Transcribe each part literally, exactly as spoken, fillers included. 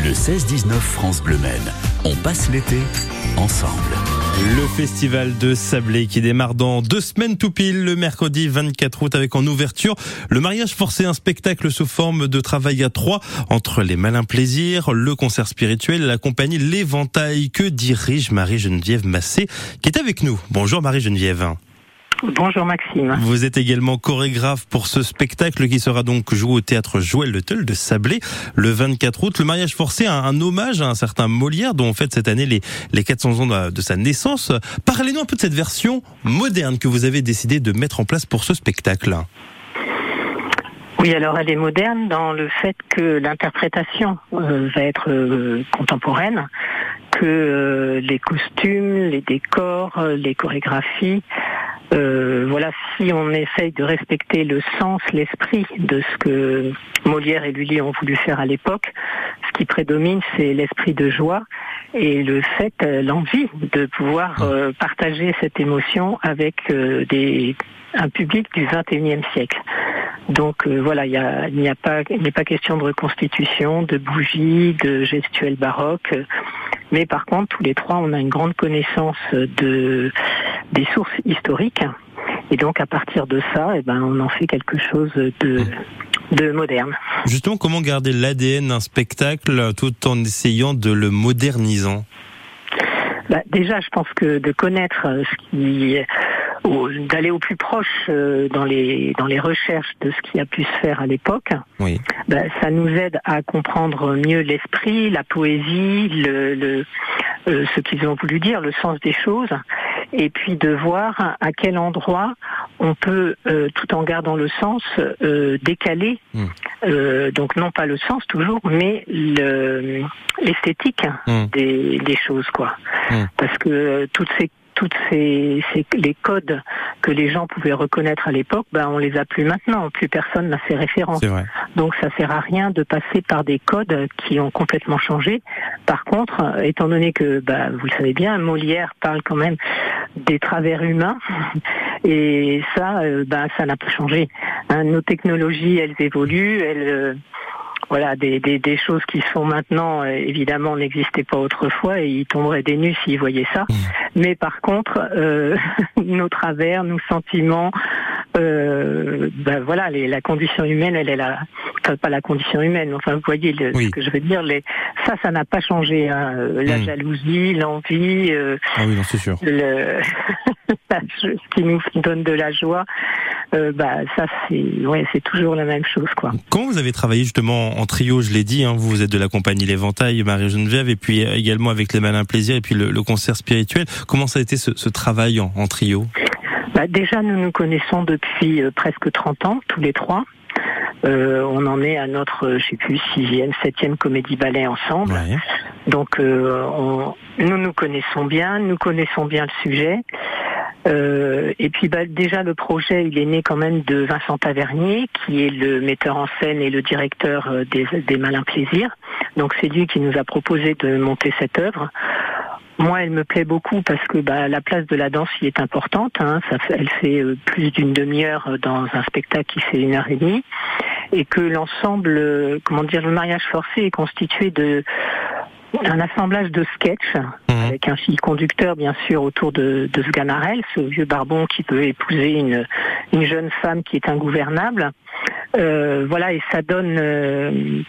Le seize dix-neuf France Bleu Maine. On passe l'été ensemble. Le festival de Sablé qui démarre dans deux semaines tout pile, le mercredi vingt-quatre août, avec en ouverture le mariage forcé, un spectacle sous forme de travail à trois entre les malins plaisirs, le concert spirituel et la compagnie L'Éventail que dirige Marie-Geneviève Massé qui est avec nous. Bonjour Marie-Geneviève. Bonjour Maxime. Vous êtes également chorégraphe pour ce spectacle qui sera donc joué au théâtre Joël Le Teul de Sablé le vingt-quatre août. Le mariage forcé, un, un hommage à un certain Molière dont on fête cette année les, les quatre cents ans de, de sa naissance. Parlez-nous un peu de cette version moderne que vous avez décidé de mettre en place pour ce spectacle. Oui, alors elle est moderne dans le fait que l'interprétation euh, va être euh, contemporaine, que euh, les costumes, les décors, euh, les chorégraphies, Euh, voilà, si on essaye de respecter le sens, l'esprit de ce que Molière et Lully ont voulu faire à l'époque, ce qui prédomine, c'est l'esprit de joie et le fait, euh, l'envie de pouvoir euh, partager cette émotion avec euh, des, un public du vingt et unième siècle. Donc euh, voilà, il y a, il n'y a pas, il n'est pas question de reconstitution, de bougies, de gestuels baroques. Mais par contre, tous les trois, on a une grande connaissance de, des sources historiques. Et donc, à partir de ça, eh ben, on en fait quelque chose de, de moderne. Justement, comment garder l'A D N d'un spectacle tout en essayant de le moderniser ? Bah, déjà, je pense que de connaître ce qui... d'aller au plus proche euh, dans les dans les recherches de ce qui a pu se faire à l'époque, oui. ben, ça nous aide à comprendre mieux l'esprit, la poésie, le, le euh, ce qu'ils ont voulu dire, le sens des choses, et puis de voir à quel endroit on peut, euh, tout en gardant le sens, euh, décaler, mm. euh, donc non pas le sens toujours, mais le, l'esthétique mm. des, des choses, quoi. Mm. Parce que euh, toutes ces toutes ces, ces les codes que les gens pouvaient reconnaître à l'époque, ben on les a plus maintenant. Plus personne n'a ces références. Donc ça sert à rien de passer par des codes qui ont complètement changé. Par contre, étant donné que, ben, vous le savez bien, Molière parle quand même des travers humains, et ça, ben ça n'a pas changé. Hein, nos technologies, elles évoluent, elles Voilà, des, des, des choses qui se font maintenant, euh, évidemment, n'existaient pas autrefois, et ils tomberaient des nues s'ils voyaient ça. Mmh. Mais par contre, euh, nos travers, nos sentiments, euh, ben voilà, les, la condition humaine, elle est là. Enfin, pas la condition humaine, enfin, vous voyez le, oui. ce que je veux dire. Les, ça, ça n'a pas changé. Hein. La mmh. jalousie, l'envie, euh, ah oui, non, c'est sûr. Le, ce qui nous donne de la joie. Euh, bah ça c'est ouais c'est toujours la même chose, quoi. Quand vous avez travaillé justement en trio, je l'ai dit, hein, vous, vous êtes de la compagnie L'Éventail, Marie-Geneviève, et puis également avec les Malins Plaisirs et puis le, le concert spirituel. Comment ça a été ce, ce travail en, en trio ? Bah déjà nous nous connaissons depuis euh, presque trente ans tous les trois. Euh, on en est à notre, je sais plus, sixième, septième comédie-ballet ensemble. Ouais. Donc euh, on, nous nous connaissons bien, nous connaissons bien le sujet. Euh, et puis bah, déjà le projet il est né quand même de Vincent Tavernier qui est le metteur en scène et le directeur des, des Malins Plaisirs. Donc c'est lui qui nous a proposé de monter cette œuvre. Moi elle me plaît beaucoup parce que bah, la place de la danse y est importante. Hein. Ça fait, elle fait euh, plus d'une demi-heure dans un spectacle qui fait une heure et demie. Et que l'ensemble, euh, comment dire, le mariage forcé est constitué de un assemblage de sketchs, mmh. avec un fil conducteur bien sûr autour de, de Sganarelle, ce vieux barbon qui peut épouser une, une jeune femme qui est ingouvernable. Euh, voilà, et ça donne, euh,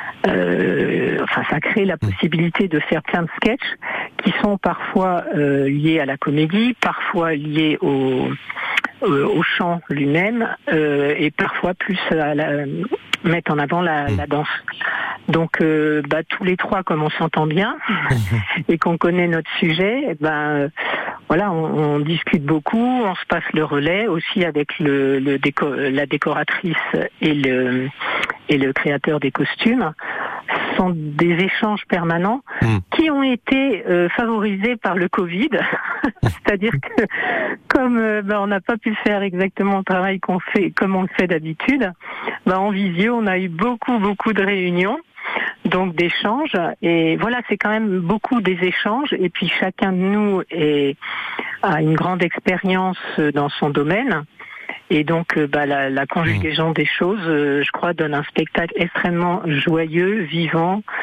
euh, enfin ça crée la possibilité de faire plein de sketchs qui sont parfois euh, liés à la comédie, parfois liés au, euh, au chant lui-même, euh, et parfois plus à la, mettre en avant la, la danse. Donc, euh, bah, tous les trois, comme on s'entend bien et qu'on connaît notre sujet, ben voilà, on, on discute beaucoup, on se passe le relais aussi avec le, le déco, la décoratrice et le et le créateur des costumes. Ce sont des échanges permanents mmh. qui ont été euh, favorisés par le Covid. C'est-à-dire que comme euh, ben, on n'a pas pu faire exactement le travail qu'on fait comme on le fait d'habitude, ben, en visio, on a eu beaucoup beaucoup de réunions. Donc d'échanges, et voilà, c'est quand même beaucoup des échanges, et puis chacun de nous est, a une grande expérience dans son domaine, et donc bah, la, la conjugaison des choses, je crois, donne un spectacle extrêmement joyeux, vivant,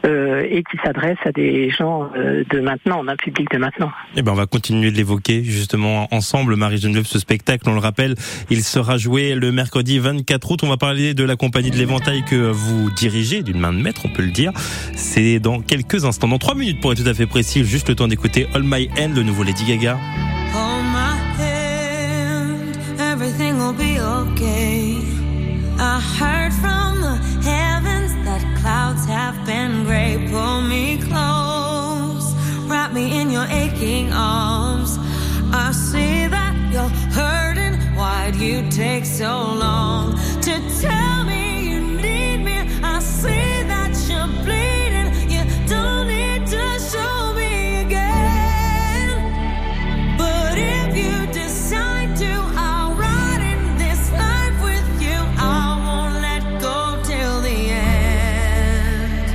euh, et qui s'adresse à des gens euh, de maintenant, d'un public de maintenant. Eh ben, on va continuer de l'évoquer justement ensemble, Marie-Geneviève. Ce spectacle, on le rappelle, il sera joué le mercredi vingt-quatre août. On va parler de la compagnie de l'Éventail que vous dirigez d'une main de maître, on peut le dire. C'est dans quelques instants, dans trois minutes pour être tout à fait précis. Juste le temps d'écouter Hold My Hand, le nouveau Lady Gaga. Hold my hand, everything will be okay. I heard from the heavens that clouds have been gray. Pull me close, wrap me in your aching arms. I see that you're hurting. Why'd you take so long to tell me you need me? I see that you're bleeding. You don't need to show me again. But if you decide to, I'll ride in this life with you. I won't let go till the end.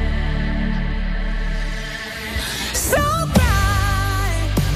So cry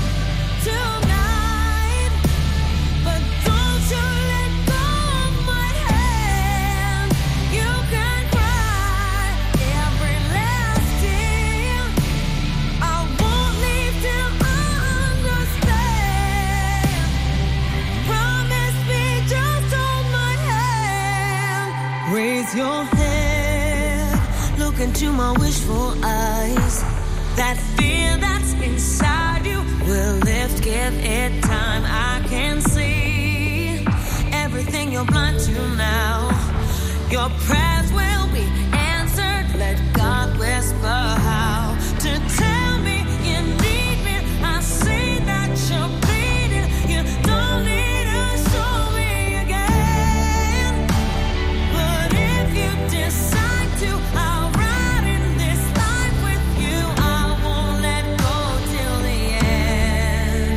tonight, but don't you let go of my hand. You can cry every last tear. I won't leave till I understand. Promise me, just hold my hand. Raise your head, look into my wishful eyes. That fear that's inside you will lift, give it time. I can see everything you're blind to now. Your prayers will be answered. Let God whisper how to tell me you need me. I see that you're bleeding. You don't need to show me again. But if you decide to, I'll ride in this life with you. I won't let go till the end.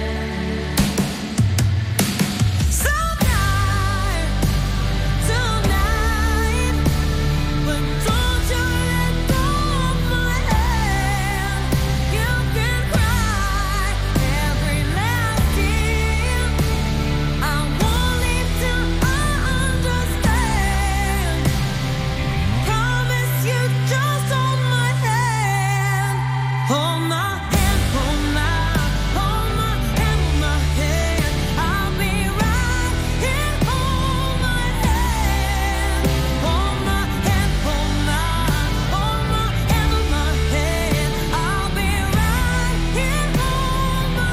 So tired tonight, but don't you let go of my hand. You can cry every last tear. I won't leave till I understand. Promise you, just hold my hand. Hold my hand, hold my, hold my hand, hold my hand. I'll be right here. Hold my hand, hold my hand, hold my, hold my hand, hold my hand. I'll be right here. Hold my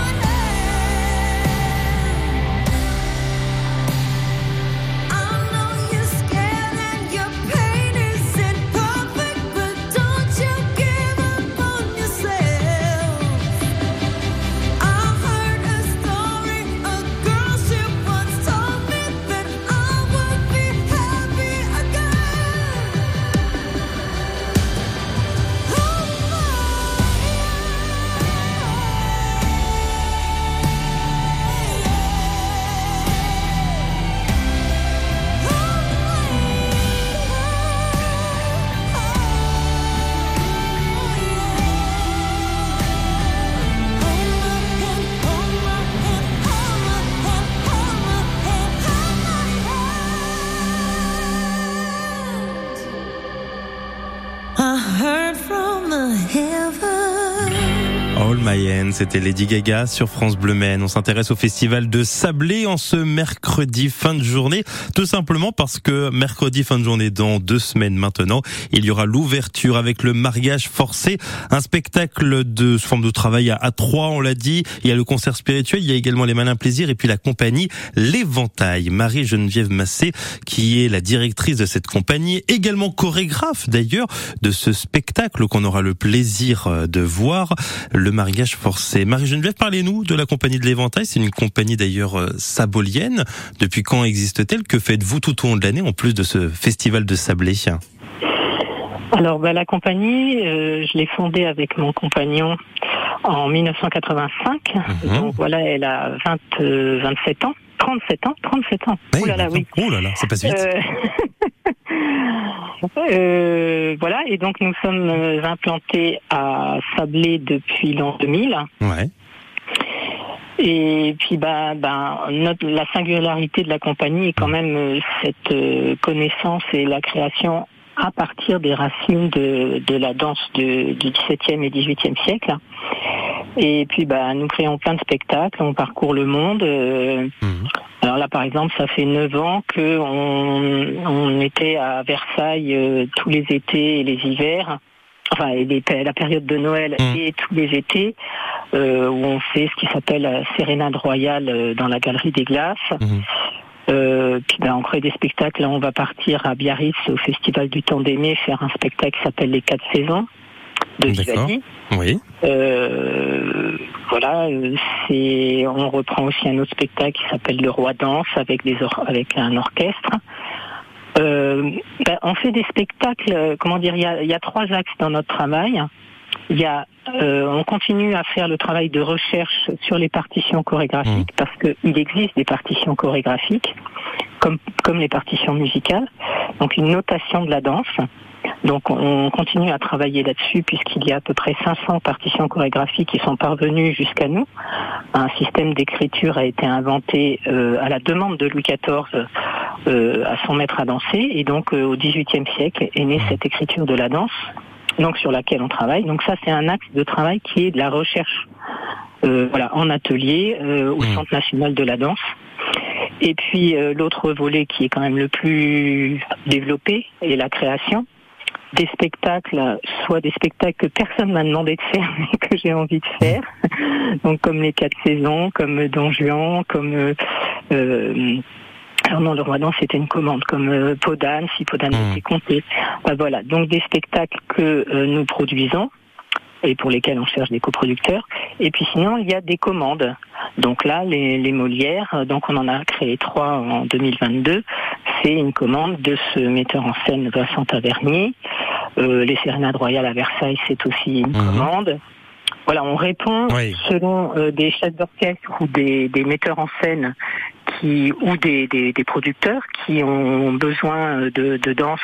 hand. I know you're scared and your pain isn't perfect, but don't you give up on yourself. I heard a story, a girl she once told me that I would be happy again. Hold my I heard from the heavens. Hold My Hand, c'était Lady Gaga sur France Bleu Maine. On s'intéresse au festival de Sablé en ce mercredi fin de journée, tout simplement parce que mercredi fin de journée, dans deux semaines maintenant, il y aura l'ouverture avec le mariage forcé, un spectacle de forme de travail à, à trois, on l'a dit. Il y a le concert spirituel, il y a également les malins plaisirs et puis la compagnie l'Éventail. Marie-Geneviève Massé, qui est la directrice de cette compagnie, également chorégraphe d'ailleurs de ce spectacle qu'on aura le plaisir de voir, le mariage forcé. Marie-Geneviève, parlez-nous de la compagnie de l'Éventail. C'est une compagnie d'ailleurs euh, sabolienne. Depuis quand existe-t-elle? Que faites-vous tout au long de l'année en plus de ce festival de Sablé? Alors bah, la compagnie, euh, je l'ai fondée avec mon compagnon en dix-neuf cent quatre-vingt-cinq. Mmh. Donc voilà, elle a vingt, euh, vingt-sept ans. trente-sept ans, trente-sept ans. Oui, Ouh là là, oui. Oh là là, ça passe vite. Euh... euh, voilà, et donc nous sommes implantés à Sablé depuis l'an deux mille. Ouais. Et puis bah, bah, notre, la singularité de la compagnie est quand même euh, cette euh, connaissance et la création à partir des racines de, de la danse de, du dix-septième et dix-huitième siècle. Et puis, bah, nous créons plein de spectacles, on parcourt le monde. Euh, mmh. Alors là, par exemple, ça fait neuf ans qu'on on était à Versailles euh, tous les étés et les hivers, enfin et les, la période de Noël mmh. et tous les étés, euh, où on fait ce qui s'appelle la sérénade royale euh, dans la Galerie des Glaces. Mmh. Euh, puis ben, on crée des spectacles. Là, on va partir à Biarritz au Festival du Temps d'Aimer faire un spectacle qui s'appelle Les Quatre Saisons de Vivaldi. Oui. Euh, voilà, c'est. On reprend aussi un autre spectacle qui s'appelle Le Roi Danse avec des or... avec un orchestre. Euh, ben, on fait des spectacles. Comment dire, il y a, il y a trois axes dans notre travail. Il y a, euh, on continue à faire le travail de recherche sur les partitions chorégraphiques mmh. parce qu'il existe des partitions chorégraphiques comme comme les partitions musicales, donc une notation de la danse. Donc on continue à travailler là-dessus puisqu'il y a à peu près cinq cents partitions chorégraphiques qui sont parvenues jusqu'à nous. Un système d'écriture a été inventé euh, à la demande de Louis quatorze euh, à son maître à danser et donc euh, au dix-huitième siècle est née cette écriture de la danse. Donc sur laquelle on travaille. Donc ça, c'est un axe de travail qui est de la recherche, euh, voilà, en atelier euh, au mmh. Centre national de la danse. Et puis euh, l'autre volet qui est quand même le plus développé est la création des spectacles, soit des spectacles que personne m'a demandé de faire, mais que j'ai envie de faire. Donc comme les Quatre Saisons, comme Don Juan, comme euh, euh, alors non, le Roi Danse, c'était une commande, comme euh, Podane, si Podane mmh. était compté. Ben voilà, donc des spectacles que euh, nous produisons et pour lesquels on cherche des coproducteurs. Et puis sinon, il y a des commandes. Donc là, les, les Molières, donc on en a créé trois en deux mille vingt-deux. C'est une commande de ce metteur en scène Vincent Tavernier. Euh, les Sérénades royales à Versailles, c'est aussi une mmh. commande. Voilà, on répond oui. selon euh, des chefs d'orchestre ou des, des metteurs en scène qui ou des, des, des producteurs qui ont besoin de, de danse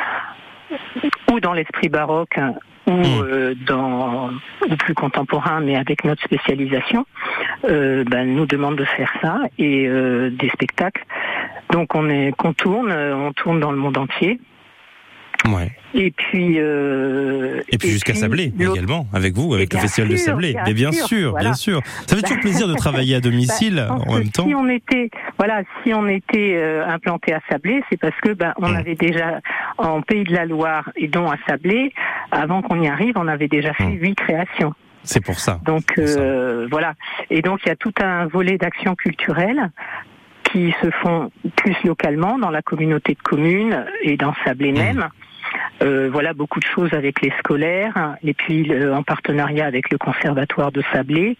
ou dans l'esprit baroque ou euh, dans ou plus contemporain, mais avec notre spécialisation, euh, ben, nous demandent de faire ça et euh, des spectacles. Donc on est qu'on tourne, on tourne dans le monde entier. Ouais. Et puis euh, et puis et jusqu'à puis, Sablé également avec vous avec le festival sûr, de Sablé. Bien Mais bien sûr, sûr voilà. bien sûr. Ça fait toujours plaisir de travailler à domicile bah, en même temps. Si on était voilà, si on était euh, implanté à Sablé, c'est parce que ben bah, on mmh. avait déjà en Pays de la Loire et dont à Sablé, avant qu'on y arrive, on avait déjà fait huit mmh. créations. C'est pour ça. Donc euh, ça. voilà. Et donc il y a tout un volet d'action culturelle qui se font plus localement dans la communauté de communes et dans Sablé mmh. même. Euh, voilà, beaucoup de choses avec les scolaires et puis le, en partenariat avec le conservatoire de Sablé,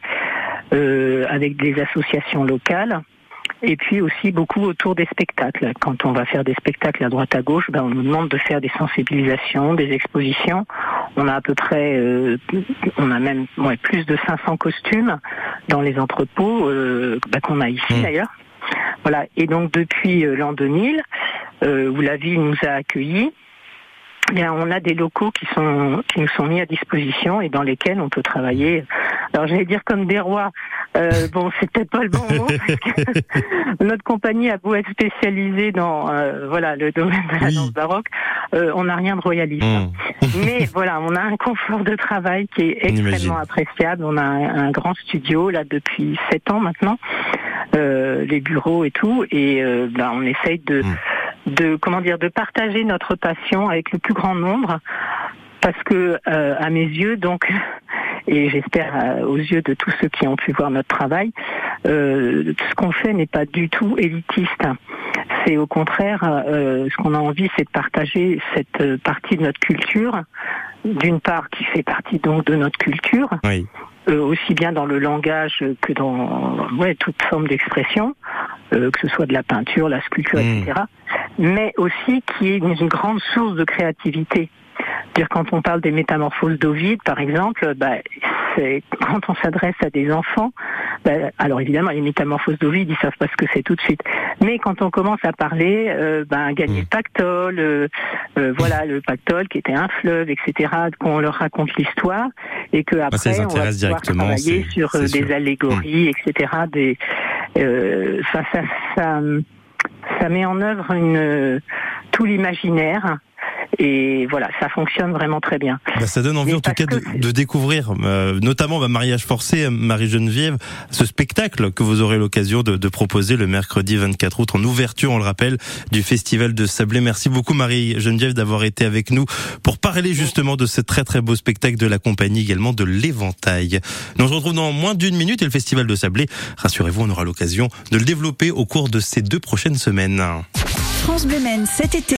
euh, avec des associations locales et puis aussi beaucoup autour des spectacles. Quand on va faire des spectacles à droite à gauche, ben on nous demande de faire des sensibilisations, des expositions. On a à peu près, euh, on a même ouais, plus de cinq cents costumes dans les entrepôts euh, ben, qu'on a ici mmh. d'ailleurs. Voilà, et donc depuis euh, l'an deux mille, euh, où la ville nous a accueillis, bien, on a des locaux qui sont qui nous sont mis à disposition et dans lesquels on peut travailler. Alors j'allais dire comme des rois. Euh, bon, c'est peut-être pas le bon mot. Parce que notre compagnie a beau être spécialisée dans euh, voilà le domaine de la oui. danse baroque, euh, on n'a rien de royaliste. Mmh. Mais voilà, on a un confort de travail qui est extrêmement on appréciable. On a un, un grand studio là depuis sept ans maintenant, euh, les bureaux et tout, et euh, ben on essaye de mmh. de comment dire de partager notre passion avec le plus grand nombre parce que euh, à mes yeux donc et j'espère euh, aux yeux de tous ceux qui ont pu voir notre travail euh, ce qu'on fait n'est pas du tout élitiste, c'est au contraire euh, ce qu'on a envie c'est de partager cette partie de notre culture, d'une part qui fait partie donc de notre culture oui. euh, aussi bien dans le langage que dans ouais, toute forme d'expression, euh, que ce soit de la peinture, la sculpture, mmh. et cetera, mais aussi qui est une grande source de créativité. C'est-à-dire quand on parle des métamorphoses d'Ovide, par exemple, bah, c'est, quand on s'adresse à des enfants, bah, alors évidemment les métamorphoses d'Ovide, ils savent pas ce que c'est tout de suite. Mais quand on commence à parler, euh, bah, gagner le pactole, euh, euh, voilà le pactole qui était un fleuve, et cetera, qu'on leur raconte l'histoire et que après bah, on va pouvoir travailler c'est, sur c'est des sûr. allégories, mmh. et cetera. Des, euh, ça, ça, ça, ça met en œuvre une tout l'imaginaire. Et voilà, ça fonctionne vraiment très bien. Bah, ça donne envie Mais en tout cas de, de découvrir, euh, notamment bah, Mariage forcé, Marie-Geneviève, ce spectacle que vous aurez l'occasion de, de proposer le mercredi vingt-quatre août en ouverture, on le rappelle, du Festival de Sablé. Merci beaucoup Marie-Geneviève d'avoir été avec nous pour parler justement de ce très très beau spectacle de la compagnie, également de l'Éventail. Nous on se retrouve dans moins d'une minute et le Festival de Sablé, rassurez-vous, on aura l'occasion de le développer au cours de ces deux prochaines semaines. France Bleu Maine cet été.